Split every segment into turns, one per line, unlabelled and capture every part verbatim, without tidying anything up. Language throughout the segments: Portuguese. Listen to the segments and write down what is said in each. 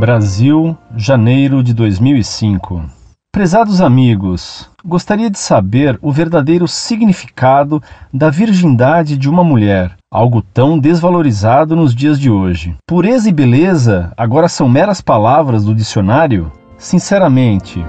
Brasil, janeiro de dois mil e cinco. Prezados amigos, gostaria de saber o verdadeiro significado da virgindade de uma mulher, algo tão desvalorizado nos dias de hoje. Pureza e beleza agora são meras palavras do dicionário? Sinceramente.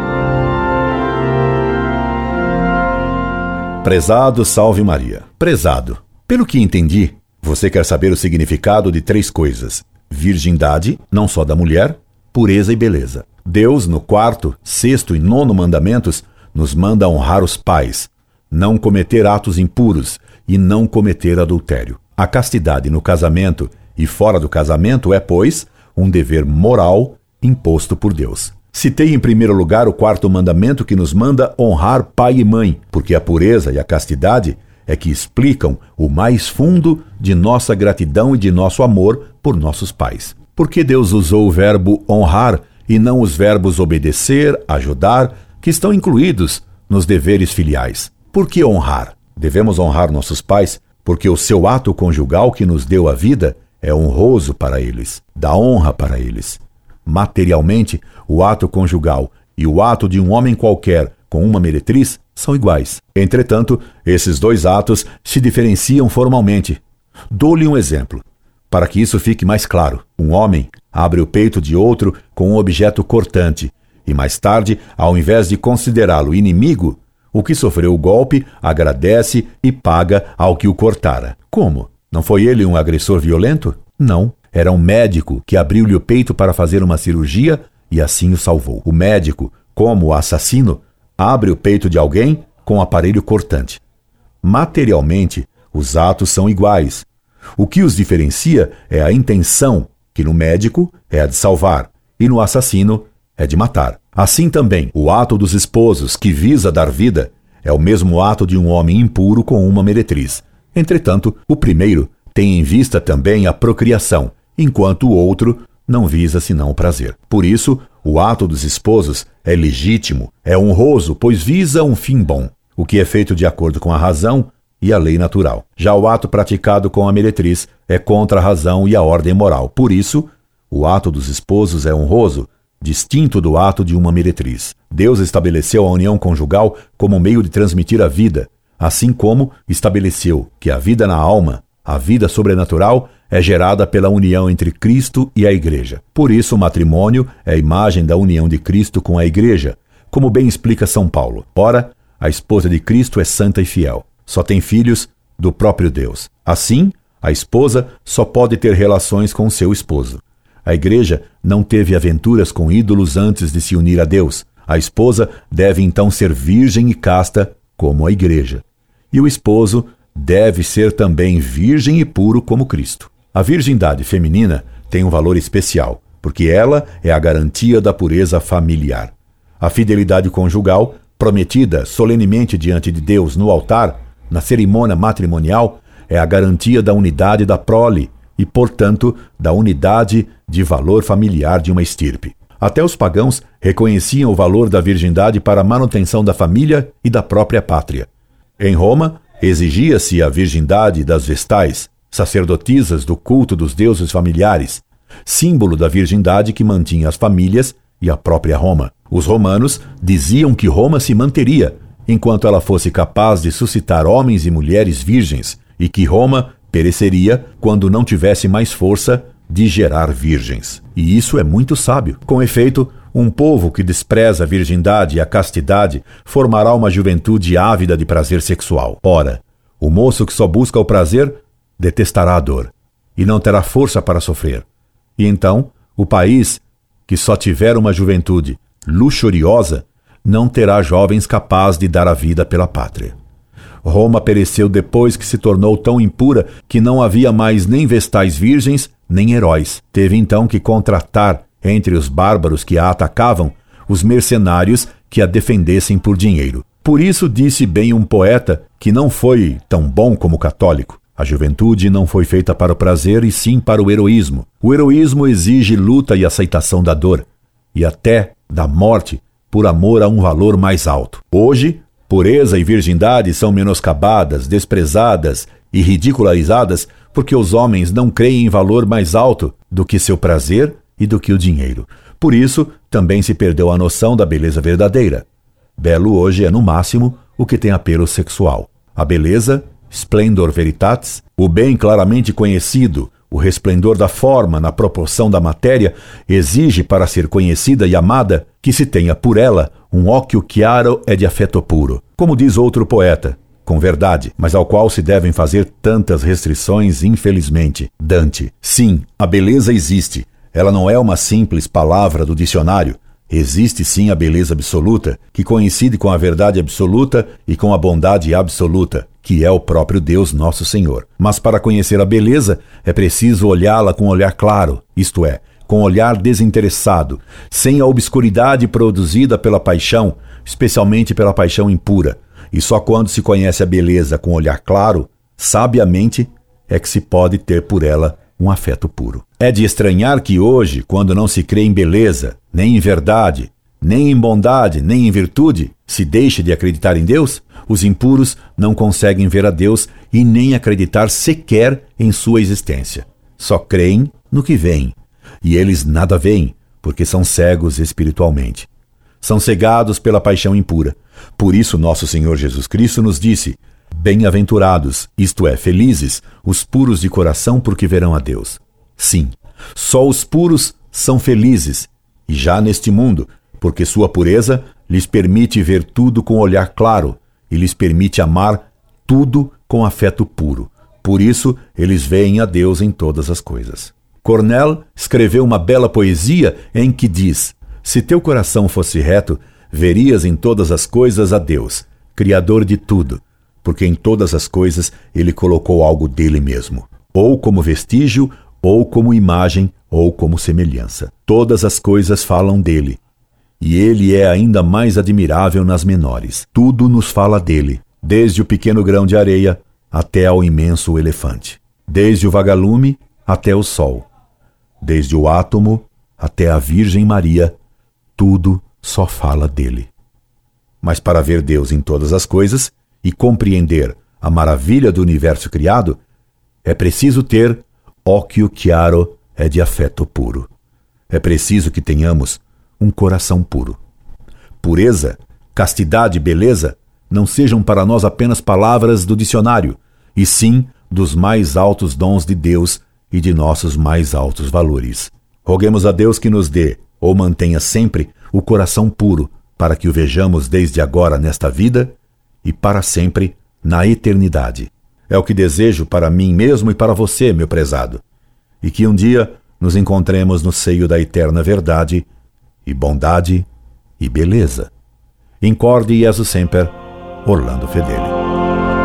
Prezado, salve Maria. Prezado, pelo que entendi, você quer saber o significado de três coisas: virgindade, não só da mulher, pureza e beleza. Deus, no quarto, sexto e nono mandamentos, nos manda honrar os pais, não cometer atos impuros e não cometer adultério. A castidade no casamento e fora do casamento é, pois, um dever moral imposto por Deus. Citei em primeiro lugar o quarto mandamento que nos manda honrar pai e mãe, porque a pureza e a castidade é que explicam o mais fundo de nossa gratidão e de nosso amor por nossos pais. Por que Deus usou o verbo honrar e não os verbos obedecer, ajudar, que estão incluídos nos deveres filiais? Por que honrar? Devemos honrar nossos pais porque o seu ato conjugal que nos deu a vida é honroso para eles, dá honra para eles. Materialmente, o ato conjugal e o ato de um homem qualquer com uma meretriz são iguais. Entretanto, esses dois atos se diferenciam formalmente. Dou-lhe um exemplo, para que isso fique mais claro. Um homem abre o peito de outro com um objeto cortante e mais tarde, ao invés de considerá-lo inimigo, o que sofreu o golpe agradece e paga ao que o cortara. Como? Não foi ele um agressor violento? Não. Era um médico que abriu-lhe o peito para fazer uma cirurgia e assim o salvou. O médico, como o assassino, abre o peito de alguém com um aparelho cortante. Materialmente, os atos são iguais. O que os diferencia é a intenção, que no médico é a de salvar e no assassino é de matar. Assim também, o ato dos esposos, que visa dar vida, é o mesmo ato de um homem impuro com uma meretriz. Entretanto, o primeiro tem em vista também a procriação, enquanto o outro não visa senão o prazer. Por isso, o ato dos esposos é legítimo, é honroso, pois visa um fim bom, o que é feito de acordo com a razão e a lei natural. Já o ato praticado com a meretriz é contra a razão e a ordem moral. Por isso, o ato dos esposos é honroso, distinto do ato de uma meretriz. Deus estabeleceu a união conjugal como meio de transmitir a vida, assim como estabeleceu que a vida na alma, a vida sobrenatural, é gerada pela união entre Cristo e a Igreja. Por isso, o matrimônio é a imagem da união de Cristo com a Igreja, como bem explica São Paulo. Ora, a esposa de Cristo é santa e fiel. Só tem filhos do próprio Deus. Assim, a esposa só pode ter relações com seu esposo. A Igreja não teve aventuras com ídolos antes de se unir a Deus. A esposa deve então ser virgem e casta como a Igreja. E o esposo deve ser também virgem e puro como Cristo. A virgindade feminina tem um valor especial, porque ela é a garantia da pureza familiar. A fidelidade conjugal, prometida solenemente diante de Deus no altar, na cerimônia matrimonial, é a garantia da unidade da prole e, portanto, da unidade de valor familiar de uma estirpe. Até os pagãos reconheciam o valor da virgindade para a manutenção da família e da própria pátria. Em Roma, exigia-se a virgindade das vestais, sacerdotisas do culto dos deuses familiares, símbolo da virgindade que mantinha as famílias e a própria Roma. Os romanos diziam que Roma se manteria, enquanto ela fosse capaz de suscitar homens e mulheres virgens, e que Roma pereceria quando não tivesse mais força de gerar virgens. E isso é muito sábio. Com efeito, um povo que despreza a virgindade e a castidade formará uma juventude ávida de prazer sexual. Ora, o moço que só busca o prazer detestará a dor e não terá força para sofrer. E então, o país que só tiver uma juventude luxuriosa não terá jovens capazes de dar a vida pela pátria. Roma pereceu depois que se tornou tão impura que não havia mais nem vestais virgens, nem heróis. Teve então que contratar, entre os bárbaros que a atacavam, os mercenários que a defendessem por dinheiro. Por isso disse bem um poeta que não foi tão bom como católico. A juventude não foi feita para o prazer e sim para o heroísmo. O heroísmo exige luta e aceitação da dor, e até da morte, por amor a um valor mais alto. Hoje, pureza e virgindade são menoscabadas, desprezadas e ridicularizadas porque os homens não creem em valor mais alto do que seu prazer e do que o dinheiro. Por isso, também se perdeu a noção da beleza verdadeira. Belo hoje é, no máximo, o que tem apelo sexual. A beleza, splendor veritatis, o bem claramente conhecido, o resplendor da forma na proporção da matéria, exige para ser conhecida e amada que se tenha por ela um occhio chiaro e de afeto puro. Como diz outro poeta, com verdade, mas ao qual se devem fazer tantas restrições, infelizmente, Dante. Sim, a beleza existe. Ela não é uma simples palavra do dicionário. Existe sim a beleza absoluta, que coincide com a verdade absoluta e com a bondade absoluta, que é o próprio Deus nosso Senhor. Mas para conhecer a beleza, é preciso olhá-la com um olhar claro, isto é, com um olhar desinteressado, sem a obscuridade produzida pela paixão, especialmente pela paixão impura. E só quando se conhece a beleza com um olhar claro, sabiamente, é que se pode ter por ela um afeto puro. É de estranhar que hoje, quando não se crê em beleza, nem em verdade, nem em bondade, nem em virtude, se deixe de acreditar em Deus, os impuros não conseguem ver a Deus e nem acreditar sequer em sua existência. Só creem no que veem, e eles nada veem, porque são cegos espiritualmente. São cegados pela paixão impura. Por isso nosso Senhor Jesus Cristo nos disse: bem-aventurados, isto é, felizes, os puros de coração, porque verão a Deus. Sim, só os puros são felizes, e já neste mundo, porque sua pureza lhes permite ver tudo com olhar claro e lhes permite amar tudo com afeto puro. Por isso, eles veem a Deus em todas as coisas. Cornell escreveu uma bela poesia em que diz: se teu coração fosse reto, verias em todas as coisas a Deus, Criador de tudo, porque em todas as coisas ele colocou algo dele mesmo, ou como vestígio, ou como imagem, ou como semelhança. Todas as coisas falam dele, e ele é ainda mais admirável nas menores. Tudo nos fala dele, desde o pequeno grão de areia até ao imenso elefante, desde o vagalume até o sol, desde o átomo até a Virgem Maria, tudo só fala dele. Mas para ver Deus em todas as coisas e compreender a maravilha do universo criado, é preciso ter occhio chiaro e de afeto puro. É preciso que tenhamos um coração puro. Pureza, castidade e beleza não sejam para nós apenas palavras do dicionário, e sim dos mais altos dons de Deus e de nossos mais altos valores. Roguemos a Deus que nos dê, ou mantenha sempre, o coração puro, para que o vejamos desde agora nesta vida e para sempre na eternidade. É o que desejo para mim mesmo e para você, meu prezado, e que um dia nos encontremos no seio da eterna verdade e bondade e beleza. Incorde Jesus Semper, Orlando Fedeli.